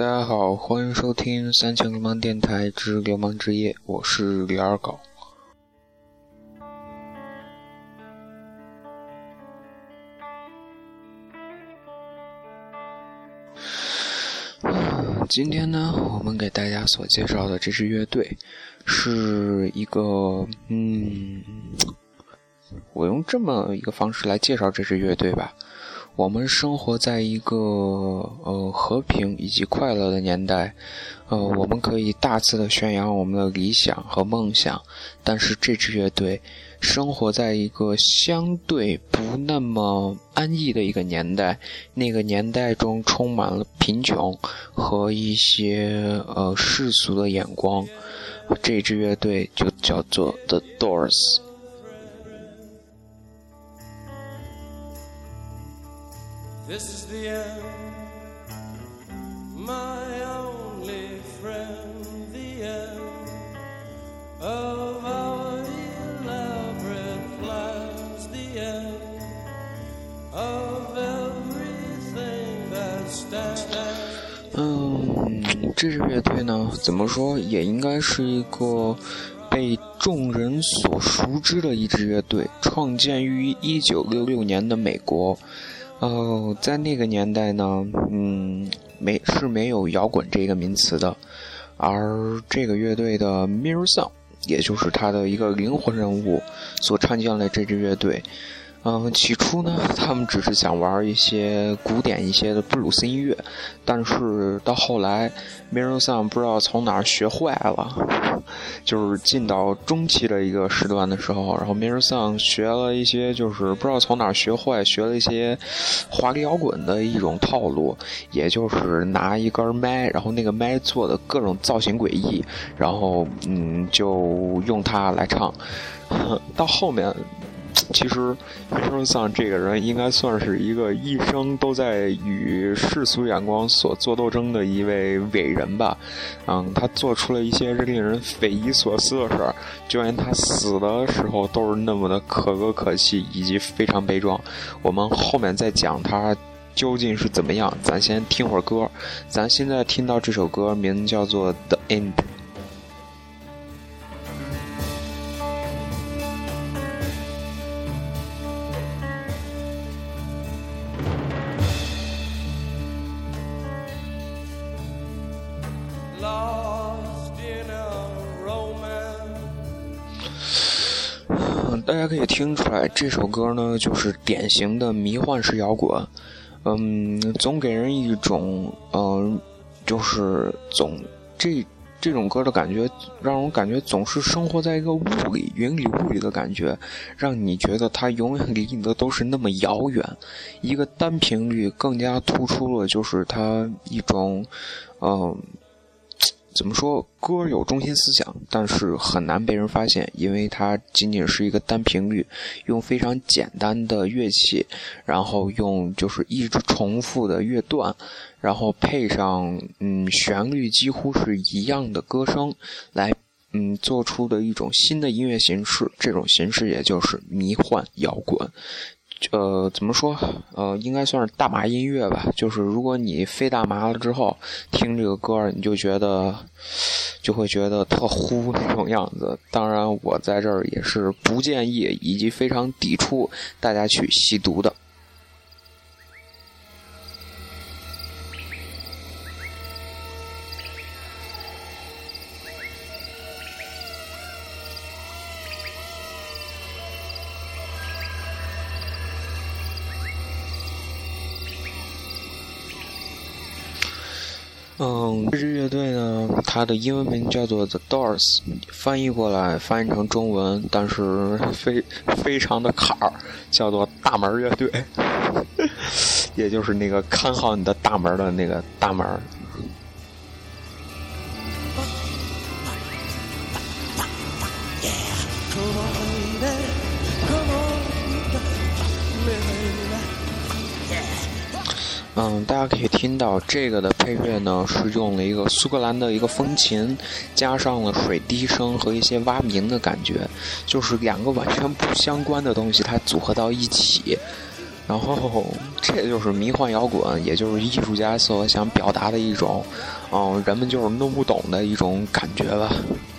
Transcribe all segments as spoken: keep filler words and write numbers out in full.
大家好，欢迎收听三强流氓电台之流氓之夜，我是李二狗。今天呢，我们给大家所介绍的这支乐队是一个嗯，我用这么一个方式来介绍这支乐队吧。我们生活在一个呃和平以及快乐的年代，呃，我们可以大肆的宣扬我们的理想和梦想，但是这支乐队生活在一个相对不那么安逸的一个年代，那个年代中充满了贫穷和一些呃世俗的眼光。这支乐队就叫做 The Doors。This is the end, my only friend, the end of our elaborate plans, the end of everything that stands. 嗯，这支乐队呢，怎么说也应该是一个被众人所熟知的一支乐队，创建于一九六六年的美国。呃，在那个年代呢，嗯，没是没有摇滚这个名词的，而这个乐队的 Mirror Song， 也就是他的一个灵魂人物，所创建了这支乐队。嗯、呃，起初呢，他们只是想玩一些古典一些的布鲁斯音乐，但是到后来 Mirror Song 不知道从哪儿学坏了，就是进到中期的一个时段的时候，然后 Mirror Song 学了一些，就是不知道从哪儿学坏，学了一些华丽摇滚的一种套路，也就是拿一根麦，然后那个麦做的各种造型诡异，然后嗯，就用它来唱。到后面其实 Mirror Song 这个人应该算是一个一生都在与世俗眼光所做斗争的一位伟人吧。嗯，他做出了一些令人匪夷所思的事儿，就连他死的时候都是那么的可歌可泣以及非常悲壮。我们后面再讲他究竟是怎么样，咱先听会儿歌。咱现在听到这首歌名字叫做 The End。大家可以听出来，这首歌呢就是典型的迷幻式摇滚，嗯，总给人一种，嗯，就是总这这种歌的感觉，让我感觉总是生活在一个雾里、云里雾里的感觉，让你觉得它永远离你的都是那么遥远。一个单频率更加突出了，就是它一种，嗯。怎么说，歌有中心思想，但是很难被人发现，因为它仅仅是一个单频率，用非常简单的乐器，然后用就是一直重复的乐段，然后配上嗯旋律几乎是一样的歌声，来嗯做出的一种新的音乐形式，这种形式也就是迷幻摇滚。呃，怎么说？呃，应该算是大麻音乐吧。就是如果你飞大麻了之后，听这个歌，你就觉得，就会觉得特呼那种样子。当然，我在这儿也是不建议以及非常抵触大家去吸毒的。嗯，这支乐队呢，它的英文名叫做 The Doors， 翻译过来翻译成中文，但是非非常的坎儿，叫做大门乐队，也就是那个看好你的大门的那个大门。嗯，大家可以听到这个的配乐呢，是用了一个苏格兰的一个风琴，加上了水滴声和一些蛙鸣的感觉，就是两个完全不相关的东西，它组合到一起。 然后这就是迷幻摇滚，也就是艺术家所想表达的一种，嗯，人们就是弄不懂的一种感觉吧。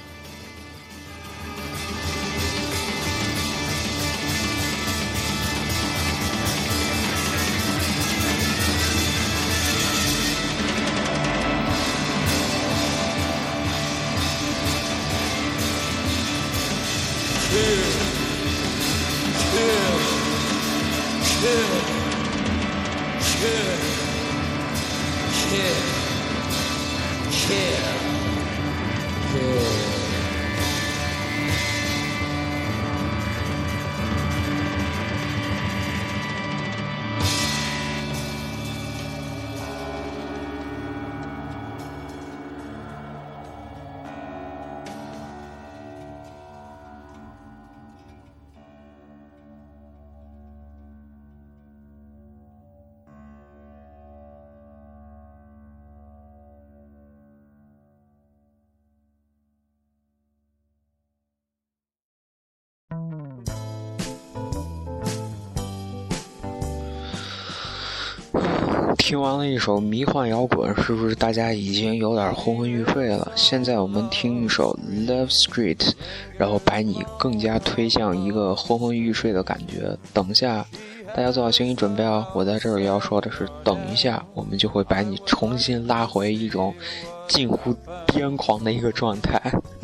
听完了一首迷幻摇滚，是不是大家已经有点昏昏欲睡了？现在我们听一首 Love Street， 然后把你更加推向一个昏昏欲睡的感觉。等一下，大家做好心理准备哦！我在这里要说的是，等一下我们就会把你重新拉回一种近乎癫狂的一个状态。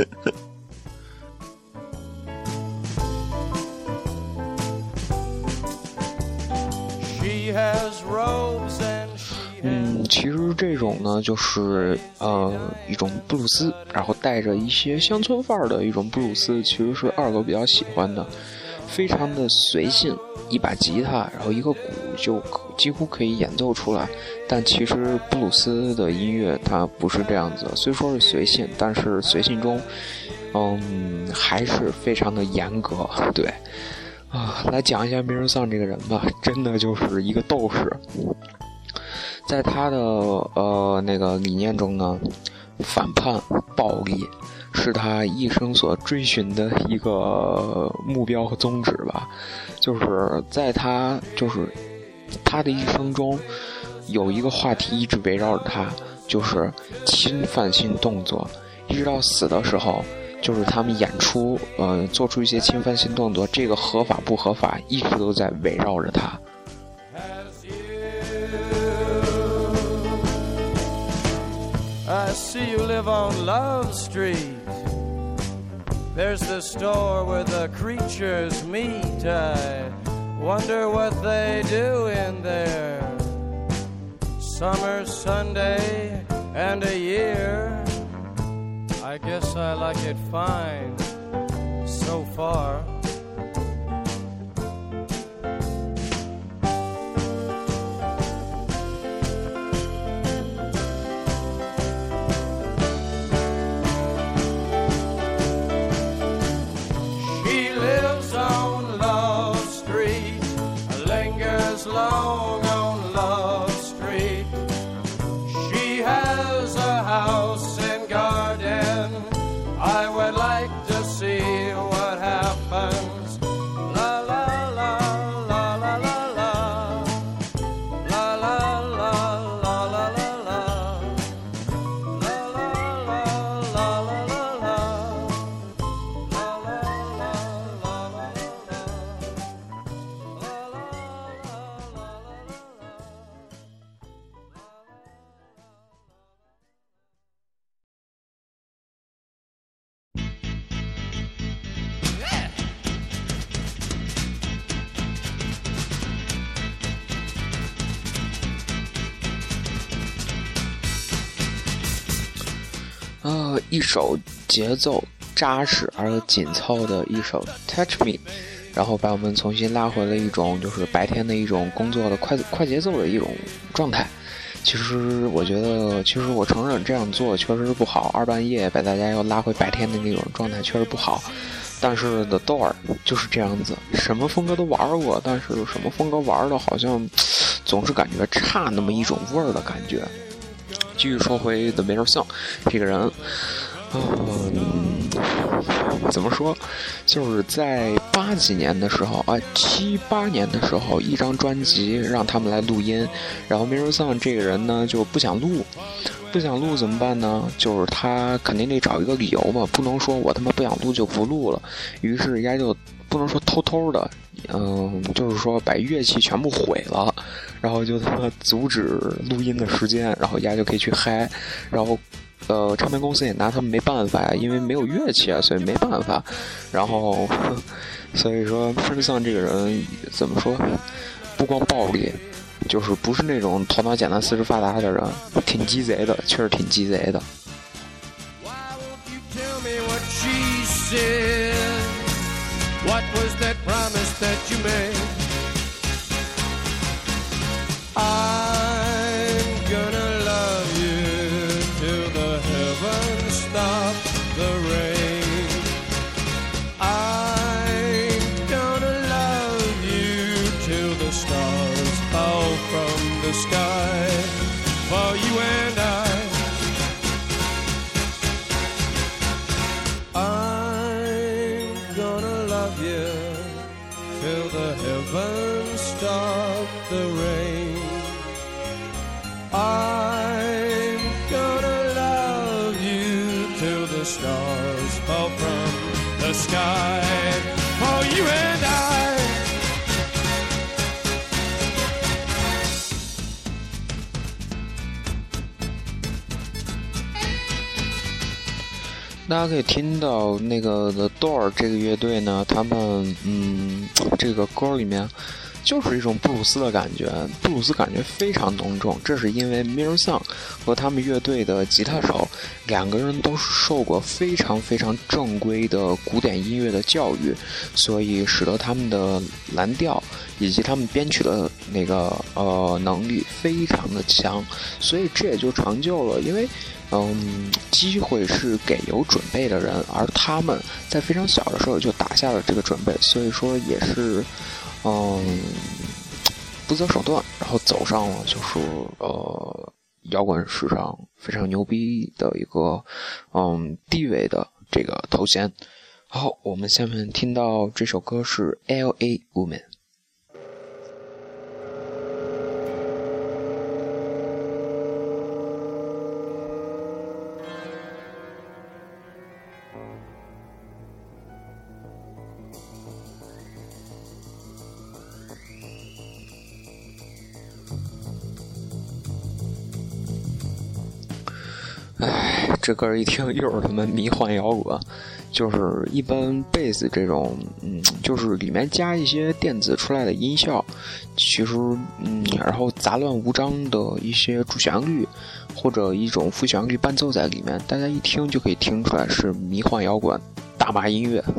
嗯，其实这种呢，就是呃一种布鲁斯，然后带着一些乡村范儿的一种布鲁斯，其实是二狗比较喜欢的，非常的随性，一把吉他，然后一个鼓就几乎可以演奏出来。但其实布鲁斯的音乐它不是这样子，虽说是随性，但是随性中，嗯，还是非常的严格，对。啊，来讲一下梅尔桑这个人吧，真的就是一个斗士。在他的呃那个理念中呢，反叛、暴力是他一生所追寻的一个目标和宗旨吧。就是在他就是他的一生中，有一个话题一直围绕着他，就是侵犯性动作，一直到死的时候。就是他们演出，呃，做出一些侵犯性动作，这个合法不合法，一直都在围绕着他。 I see you live on Love Street. There's the store where the creatures meet. I wonder what they do in there. Summer, Sunday, and a year.I guess I like it fine so far. She lives on Love Street, lingers long on Love Street. She has a house.I would like to see what happens. La la la la la la la la la la la la la la la la la la la la 呃，一首节奏扎实而紧凑的一首 Touch Me， 然后把我们重新拉回了一种就是白天的一种工作的快快节奏的一种状态。其实我觉得，其实我承认这样做确实是不好，二半夜把大家要拉回白天的那种状态确实不好。但是 The Door 就是这样子，什么风格都玩过，但是什么风格玩的好像总是感觉差那么一种味儿的感觉。继续说回 The Middle Song 这个人， 嗯，怎么说？就是在八几年的时候啊，七八年的时候，一张专辑让他们来录音，然后 Miro Song 这个人呢就不想录。不想录怎么办呢？就是他肯定得找一个理由嘛，不能说我他妈不想录就不录了。于是人家就不能说偷偷的，嗯，就是说把乐器全部毁了，然后就他妈阻止录音的时间，然后人家就可以去嗨，然后呃，唱片公司也拿他们没办法呀，因为没有乐器啊，所以没办法。然后，所以说 Miro Song 这个人怎么说？不光暴力。就是不是那种头脑简单四肢发达的人，挺鸡贼的，确实挺鸡贼的。 Sky for you and I. I'm gonna love you till the heavens stop the rain. I'm gonna love you till the stars fall from the sky for you and I. 大家可以听到那个 The Door 这个乐队呢，他们嗯，这个歌里面就是一种布鲁斯的感觉，布鲁斯感觉非常浓重。这是因为 Miro Song 和他们乐队的吉他手两个人都是受过非常非常正规的古典音乐的教育，所以使得他们的蓝调以及他们编曲的那个呃能力非常的强，所以这也就成就了，因为嗯，机会是给有准备的人，而他们在非常小的时候就打下了这个准备，所以说也是嗯不择手段，然后走上了就是呃摇滚史上非常牛逼的一个嗯地位的这个头衔。好，我们下面听到这首歌是 L A Woman。唉，这歌一听又是他们迷幻摇滚，就是一般贝斯这种，嗯，就是里面加一些电子出来的音效，其实，嗯，然后杂乱无章的一些主旋律或者一种副旋律伴奏在里面，大家一听就可以听出来是迷幻摇滚、大麻音乐。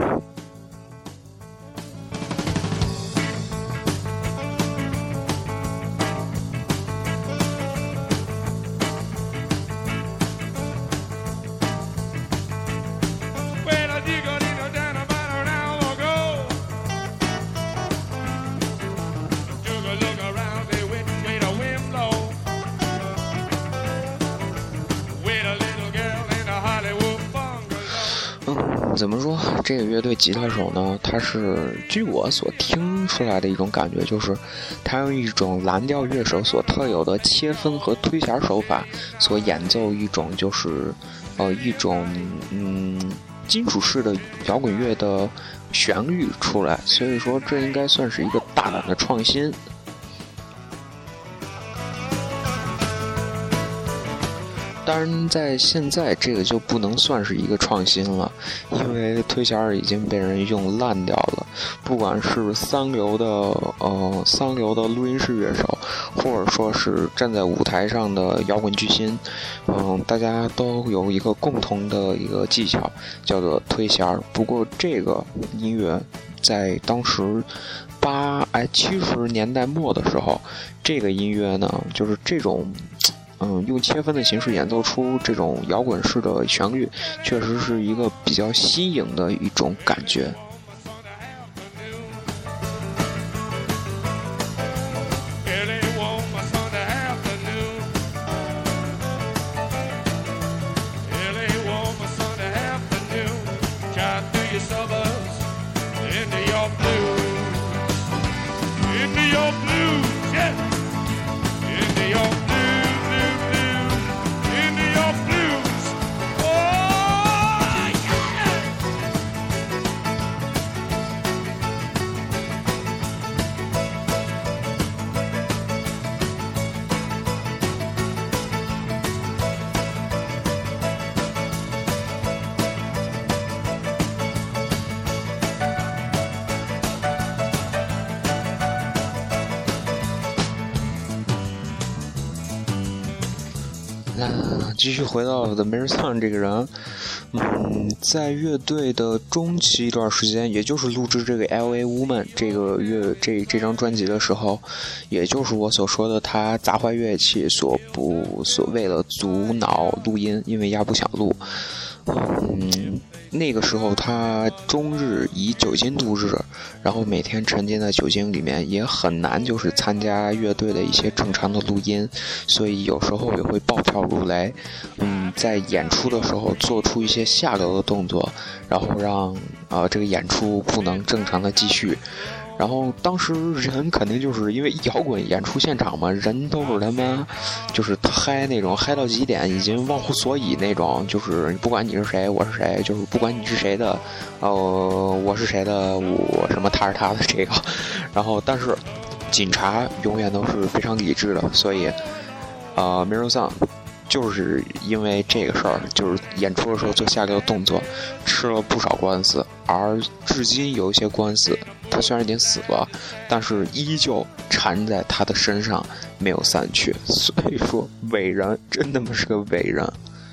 怎么说这个乐队吉他手呢，他是据我所听出来的一种感觉，就是他用一种蓝调乐手所特有的切分和推弦手法所演奏一种就是呃一种嗯金属式的摇滚乐的旋律出来，所以说这应该算是一个大胆的创新。当然在现在这个就不能算是一个创新了，因为推弦已经被人用烂掉了，不管是三流的呃三流的录音室乐手，或者说是站在舞台上的摇滚巨星，嗯，大家都有一个共同的一个技巧，叫做推弦。不过这个音乐在当时八哎七十年代末的时候，这个音乐呢，就是这种嗯，用切分的形式演奏出这种摇滚式的旋律，确实是一个比较新颖的一种感觉。 那继续回到 The Marathon 这个人，嗯，在乐队的中期一段时间，也就是录制这个 L A Woman 这个乐这这张专辑的时候，也就是我所说的他砸坏乐器所不所为了阻挠录音，因为丫不想录。嗯，那个时候他终日以酒精度日，然后每天沉浸在酒精里面，也很难就是参加乐队的一些正常的录音，所以有时候也会暴跳如雷。嗯，在演出的时候做出一些下流的动作，然后让呃这个演出不能正常的继续。然后当时人肯定就是因为摇滚演出现场嘛，人都是他妈就是嗨那种，嗨到极点，已经忘乎所以那种，就是不管你是谁我是谁，就是不管你是谁的呃我是谁的我什么他是他的这个。然后但是警察永远都是非常理智的，所以呃 Marathon 就是因为这个事儿，就是演出的时候做下流的动作，吃了不少官司，而至今有一些官司他虽然已经死了，但是依旧缠在他的身上没有散去。所以说伟人真他妈是个伟人。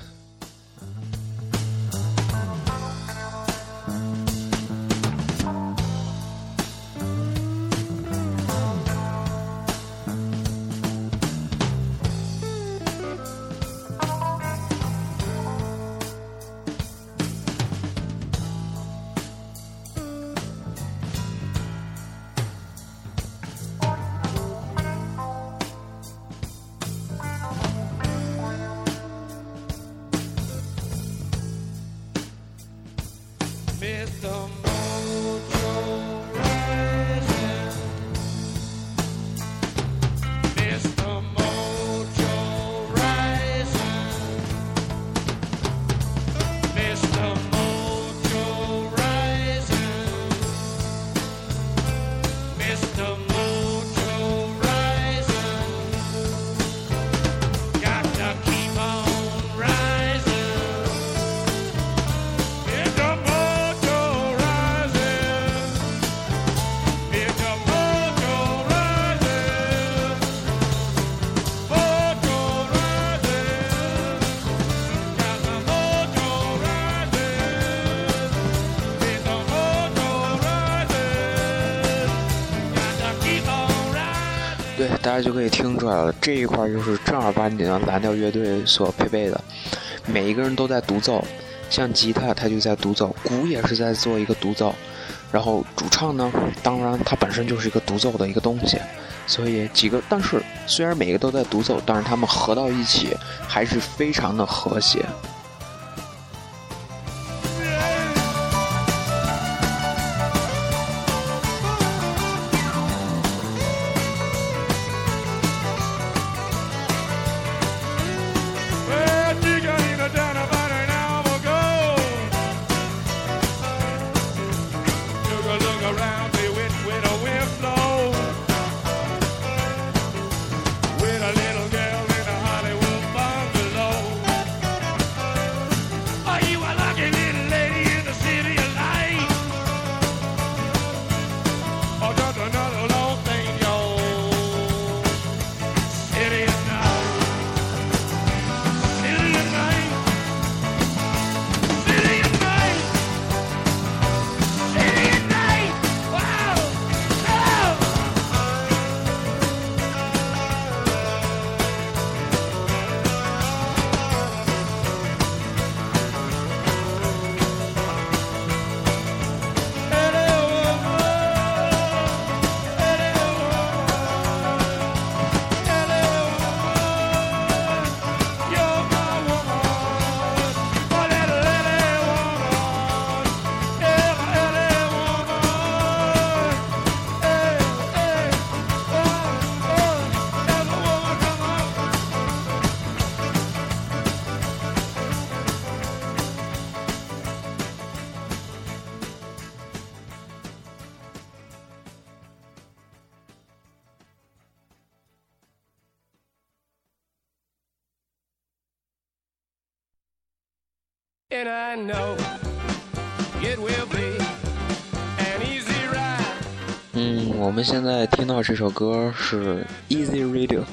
对，大家就可以听出来了，这一块就是正儿八经的蓝调乐队所配备的，每一个人都在独奏，像吉他他就在独奏，鼓也是在做一个独奏，然后主唱呢，当然他本身就是一个独奏的一个东西，所以几个，但是虽然每个都在独奏，但是他们合到一起还是非常的和谐。 And I know it will be an easy ride. 嗯，我们现在听到这首歌是 Easy Radio，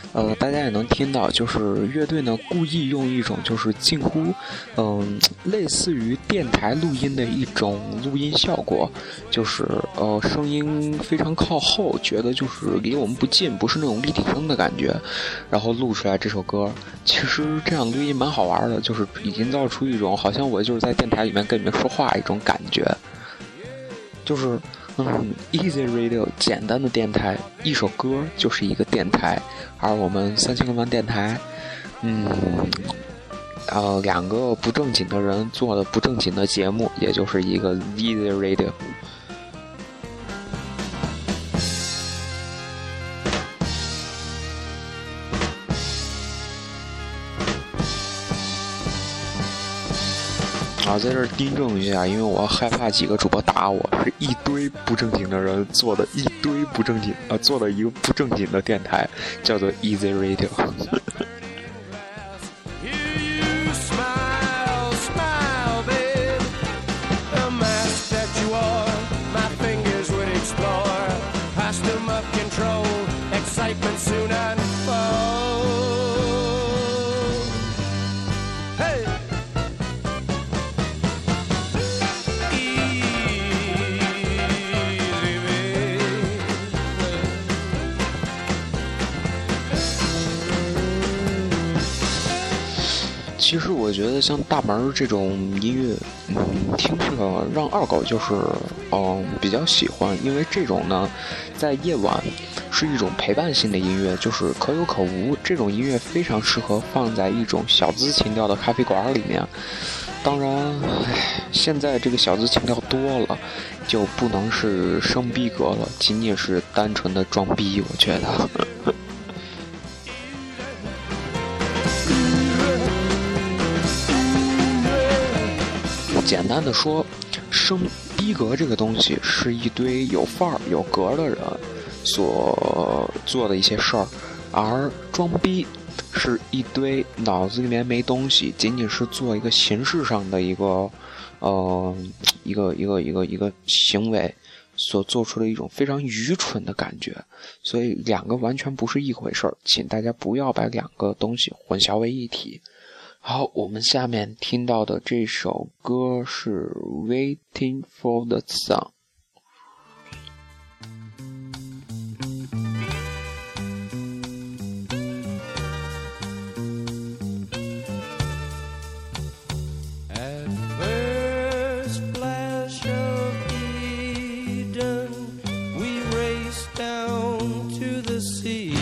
呃，大家也能听到，就是乐队呢故意用一种就是近乎，嗯、呃，类似于电台录音的一种录音效果，就是呃声音非常靠后，觉得就是离我们不近，不是那种立体声的感觉，然后录出来这首歌。其实这样录音蛮好玩的，就是营造出一种好像我就是在电台里面跟你们说话一种感觉，就是。嗯 ，Easy Radio 简单的电台，一首歌就是一个电台，而我们三千个万电台，嗯，呃，两个不正经的人做的不正经的节目，也就是一个 Easy Radio。啊，在这儿订正一下，因为我害怕几个主播打我，是一堆不正经的人做的一堆不正经，呃，做的一个不正经的电台，叫做 Easy Radio。其实我觉得像大门这种音乐，嗯，听着让二狗就是，嗯，比较喜欢，因为这种呢，在夜晚是一种陪伴性的音乐，就是可有可无。这种音乐非常适合放在一种小资情调的咖啡馆里面。当然，唉，现在这个小资情调多了，就不能是生逼格了，仅仅是单纯的装逼，我觉得。简单的说，生逼格这个东西是一堆有范儿有格的人所做的一些事儿，而装逼是一堆脑子里面没东西，仅仅是做一个形式上的一个呃一个一个一个一个行为所做出的一种非常愚蠢的感觉，所以两个完全不是一回事儿，请大家不要把两个东西混淆为一体。好，我们下面听到的这首歌是 Waiting for the Sun。 At first flash of Eden, we race down to the sea.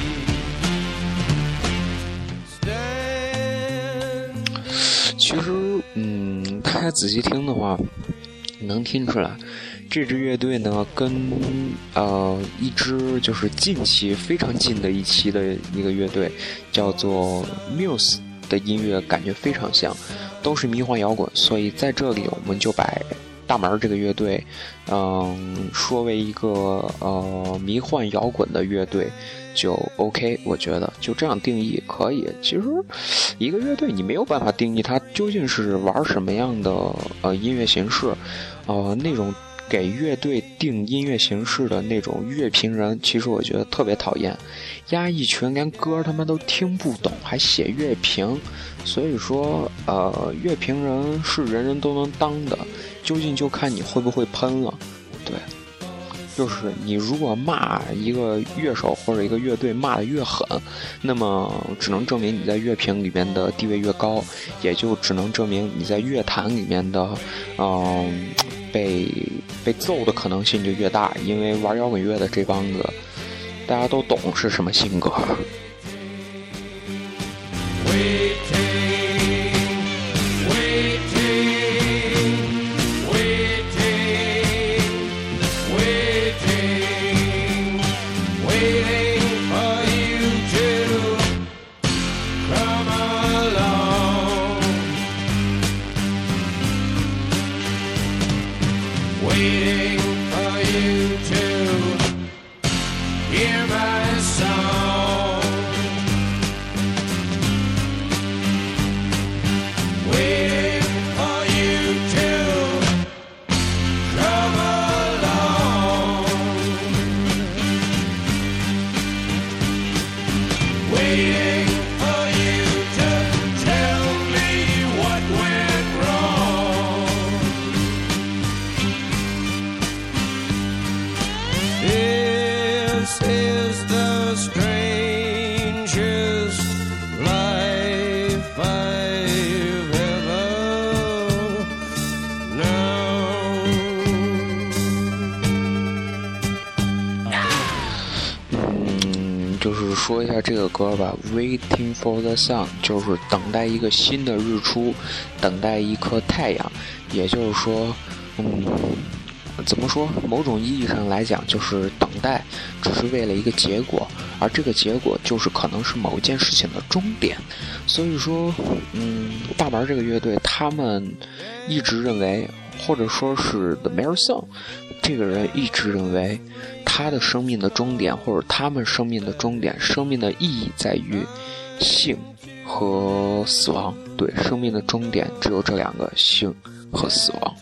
其实，嗯，大家仔细听的话，能听出来，这支乐队呢，跟呃一支就是近期非常近的一期的一个乐队，叫做 Muse 的音乐感觉非常像，都是迷幻摇滚。所以在这里，我们就把大门这个乐队，嗯，说为一个呃迷幻摇滚的乐队。就 OK， 我觉得就这样定义可以。其实一个乐队你没有办法定义它究竟是玩什么样的呃音乐形式，呃那种给乐队定音乐形式的那种乐评人，其实我觉得特别讨厌，压一群连歌他们都听不懂还写乐评。所以说呃乐评人是人人都能当的，究竟就看你会不会喷了。对，就是你如果骂一个乐手或者一个乐队骂得越狠，那么只能证明你在乐评里面的地位越高，也就只能证明你在乐坛里面的嗯被被揍的可能性就越大，因为玩摇滚乐的这帮子大家都懂是什么性格。 Wait waiting for you to tell me what went wrong. This is the strangest life I've ever known. 嗯，就是说一下这个歌吧 ，Waiting for the sun， 就是等待一个新的日出，等待一颗太阳，也就是说，嗯。怎么说？某种意义上来讲，就是等待，只是为了一个结果，而这个结果就是可能是某一件事情的终点。所以说，嗯，大门这个乐队，他们一直认为，或者说是 The Mary Song 这个人一直认为，他的生命的终点，或者他们生命的终点，生命的意义在于性和死亡。对，生命的终点只有这两个，性和死亡。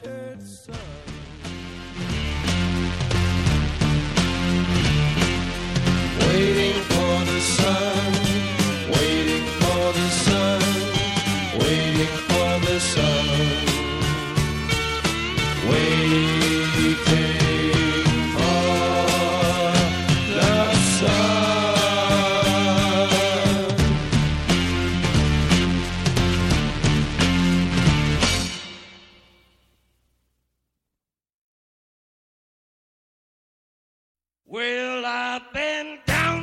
Waiting for the sun, waiting for the sun, waiting for the sun, waiting for the sun. Well, I've been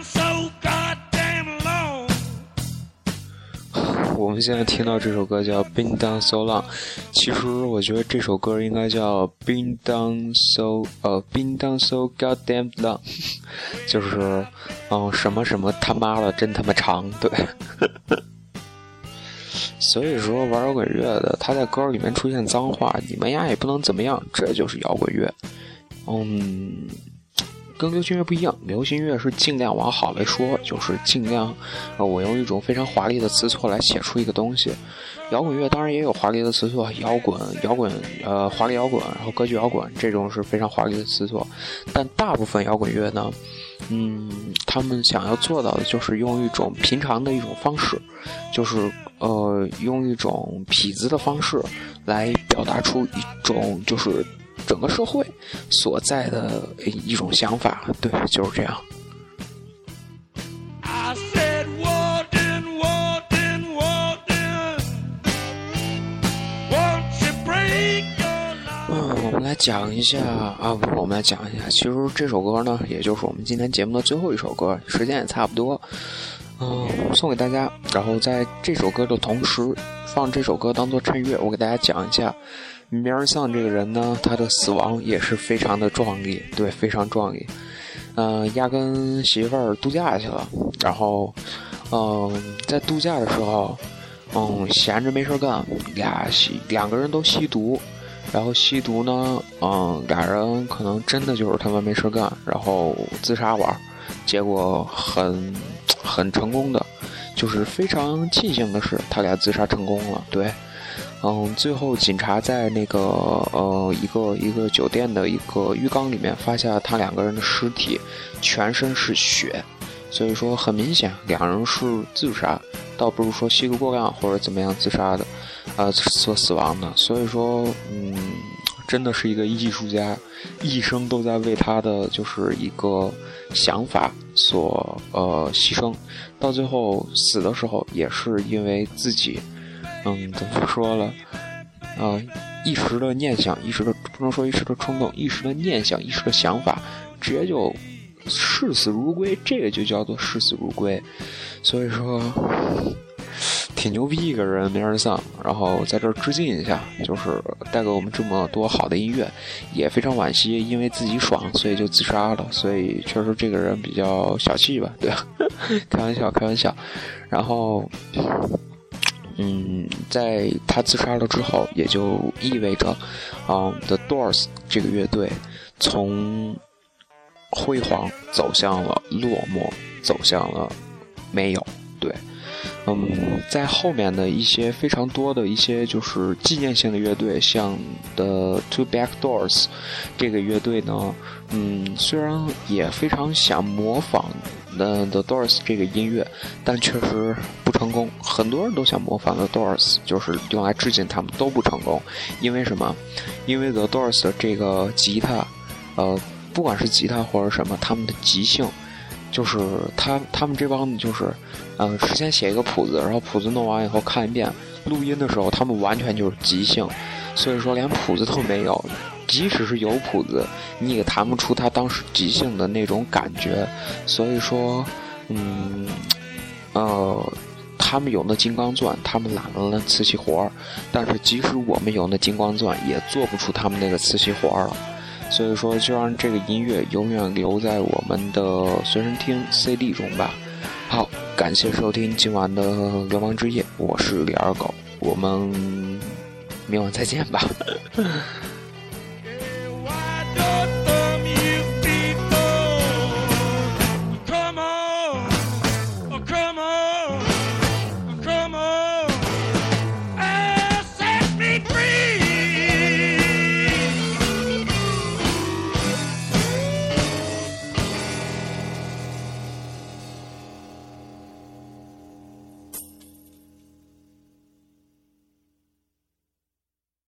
我们现在听到这首歌叫 Been Down So Long， 其实我觉得这首歌应该叫 Been Down So 呃 Been Down So Goddamn Long， 就是嗯什么什么他妈的真他妈长，对。所以说玩摇滚乐的，他在歌里面出现脏话，你们呀也不能怎么样，这就是摇滚乐。嗯。跟流行乐不一样，流行乐是尽量往好来说，就是尽量，呃，我用一种非常华丽的词错来写出一个东西。摇滚乐当然也有华丽的词错，摇滚、摇滚，呃，华丽摇滚，然后歌剧摇滚，这种是非常华丽的词错。但大部分摇滚乐呢，嗯，他们想要做到的就是用一种平常的一种方式，就是呃，用一种痞子的方式来表达出一种就是整个社会所在的一种想法，对，就是这样。 I said, Walden, Walden, Walden, won't you break your love? 嗯，我们来讲一下啊，不是，我们来讲一下，其实这首歌呢，也就是我们今天节目的最后一首歌，时间也差不多，嗯，送给大家。然后在这首歌的同时，放这首歌当做衬乐，我给大家讲一下。Mary Song 这个人呢，他的死亡也是非常的壮丽，对，非常壮丽。呃，压根媳妇儿度假去了，然后，嗯、呃，在度假的时候，嗯，闲着没事干，俩吸两个人都吸毒，然后吸毒呢，嗯，俩人可能真的就是他们没事干，然后自杀玩，结果很很成功的，就是非常庆幸的是，他俩自杀成功了，对。嗯，最后警察在那个呃一个一个酒店的一个浴缸里面发现他两个人的尸体，全身是血，所以说很明显两人是自杀，倒不是说吸毒过量或者怎么样自杀的，呃所死亡的。所以说，嗯，真的是一个艺术家，一生都在为他的就是一个想法所呃牺牲，到最后死的时候也是因为自己。嗯，怎么说了？呃，一时的念想，一时的不能说一时的冲动，一时的念想，一时的想法，直接就视死如归，这个就叫做视死如归。所以说，挺牛逼一个人，Mary Song，然后在这儿致敬一下，就是带给我们这么多好的音乐，也非常惋惜，因为自己爽，所以就自杀了。所以确实这个人比较小气吧，对吧？开玩笑，开玩笑。然后。嗯，在他自杀了之后，也就意味着，嗯 ，The Doors 这个乐队从辉煌走向了落寞，走向了没有。对，嗯，在后面的一些非常多的一些就是纪念性的乐队，像 The Two Back Doors 这个乐队呢，嗯，虽然也非常想模仿的 The Doors 这个音乐，但确实不成功。很多人都想模仿 The Doors， 就是用来致敬他们，都不成功。因为什么？因为 The Doors 的这个吉他，呃，不管是吉他或者什么，他们的即兴，就是他他们这帮就是，呃，事先写一个谱子，然后谱子弄完以后看一遍，录音的时候他们完全就是即兴，所以说连谱子都没有。即使是有谱子，你也弹不出他当时即兴的那种感觉。所以说，嗯，呃，他们有那金刚钻，他们揽了那瓷器活儿，但是即使我们有那金刚钻，也做不出他们那个瓷器活儿了。所以说，就让这个音乐永远留在我们的随身听 C D 中吧。好，感谢收听今晚的流氓之夜，我是李二狗，我们明晚再见吧。